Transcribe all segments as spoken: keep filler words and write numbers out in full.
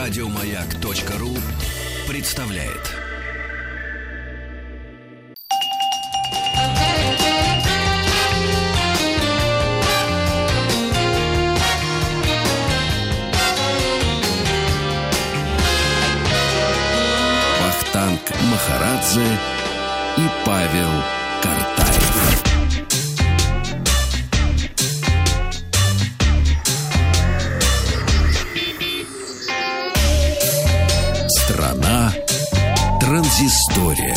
Радиомаяк.ру представляет. Вахтанг Махарадзе и Павел Картаев. Страна транзистория.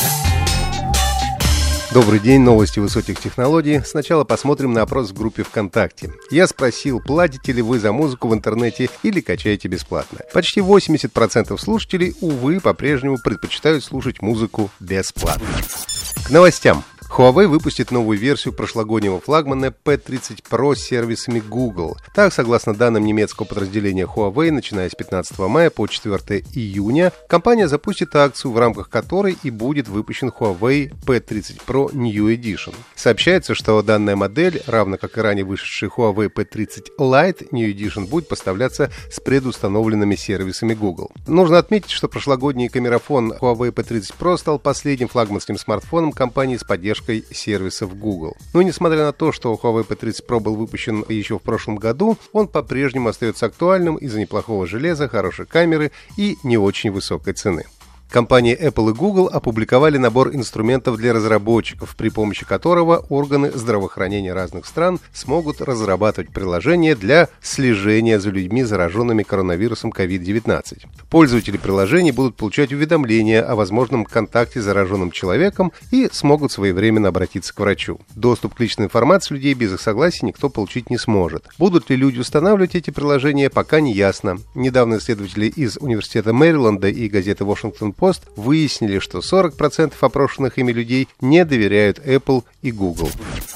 Добрый день, новости высоких технологий. Сначала посмотрим на опрос в группе ВКонтакте. Я спросил, платите ли вы за музыку в интернете или качаете бесплатно. Почти восемьдесят процентов слушателей, увы, по-прежнему предпочитают слушать музыку бесплатно. К новостям. Huawei выпустит новую версию прошлогоднего флагмана пи тридцать про с сервисами Google. Так, согласно данным немецкого подразделения Huawei, начиная с пятнадцатого мая по четвёртого июня, компания запустит акцию, в рамках которой и будет выпущен Huawei пи тридцать про New Edition. Сообщается, что данная модель, равно как и ранее вышедший Huawei пи тридцать Lite New Edition, будет поставляться с предустановленными сервисами Google. Нужно отметить, что прошлогодний камерафон Huawei пи тридцать про стал последним флагманским смартфоном компании с поддержкой сервисов Google. Но несмотря на то, что Huawei пи тридцать про был выпущен еще в прошлом году, он по-прежнему остается актуальным из-за неплохого железа, хорошей камеры и не очень высокой цены. Компании Apple и Google опубликовали набор инструментов для разработчиков, при помощи которого органы здравоохранения разных стран смогут разрабатывать приложения для слежения за людьми, зараженными коронавирусом ковид девятнадцать. Пользователи приложений будут получать уведомления о возможном контакте с зараженным человеком и смогут своевременно обратиться к врачу. Доступ к личной информации людей без их согласия никто получить не сможет. Будут ли люди устанавливать эти приложения, пока не ясно. Недавно исследователи из Университета Мэриленда и газеты Washington Post выяснили, что сорок процентов опрошенных ими людей не доверяют Apple и Google.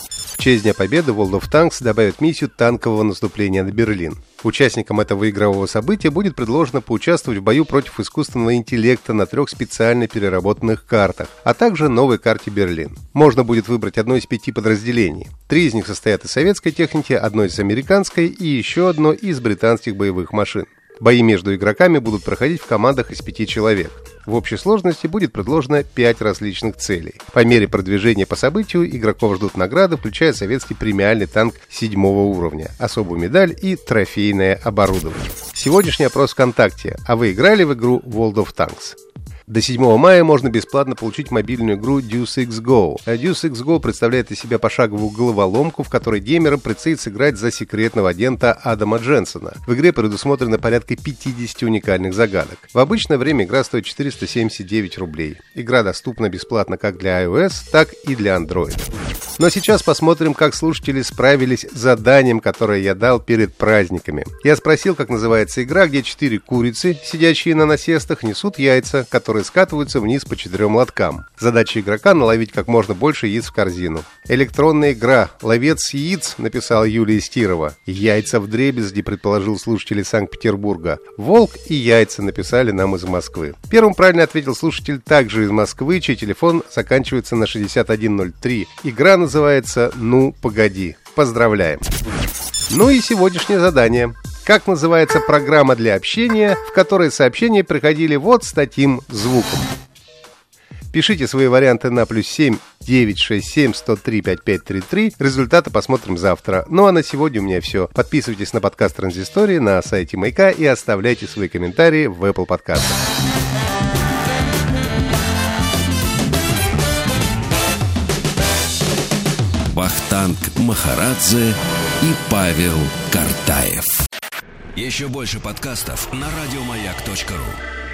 В честь Дня Победы World of Tanks добавит миссию танкового наступления на Берлин. Участникам этого игрового события будет предложено поучаствовать в бою против искусственного интеллекта на трех специально переработанных картах, а также новой карте Берлин. Можно будет выбрать одно из пяти подразделений. Три из них состоят из советской техники, одно из американской и еще одно из британских боевых машин. Бои между игроками будут проходить в командах из пяти человек. В общей сложности будет предложено пять различных целей. По мере продвижения по событию игроков ждут награды, включая советский премиальный танк седьмого уровня, особую медаль и трофейное оборудование. Сегодняшний опрос ВКонтакте. А вы играли в игру World of Tanks? До седьмого мая можно бесплатно получить мобильную игру Deus Ex Go. Deus Ex Go представляет из себя пошаговую головоломку, в которой геймерам предстоит сыграть за секретного агента Адама Дженсона. В игре предусмотрено порядка пятьдесят уникальных загадок. В обычное время игра стоит четыреста семьдесят девять рублей. Игра доступна бесплатно как для iOS, так и для Android. Но сейчас посмотрим, как слушатели справились с заданием, которое я дал перед праздниками. Я спросил, как называется игра, где четыре курицы, сидящие на насестах, несут яйца, которые скатываются вниз по четырем лоткам. Задача игрока — наловить как можно больше яиц в корзину. Электронная игра «Ловец яиц», написала Юлия Стирова. «Яйца вдребезги», предположил слушатель из Санкт-Петербурга. «Волк и яйца», написали нам из Москвы. Первым правильно ответил слушатель также из Москвы, чей телефон заканчивается на шестьдесят один ноль три. Игра называется «Ну, погоди». Поздравляем! Ну и сегодняшнее задание. Как называется программа для общения, в которой сообщения приходили вот с таким звуком? Пишите свои варианты на плюс семь девятьсот шестьдесят семь сто три пятьдесят пять тридцать три. Результаты посмотрим завтра. Ну а на сегодня у меня все. Подписывайтесь на подкаст Транзистории на сайте Маяка и оставляйте свои комментарии в Apple подкастах. Вахтанг Махарадзе и Павел Картаев. Еще больше подкастов на радиомаяк точка ру.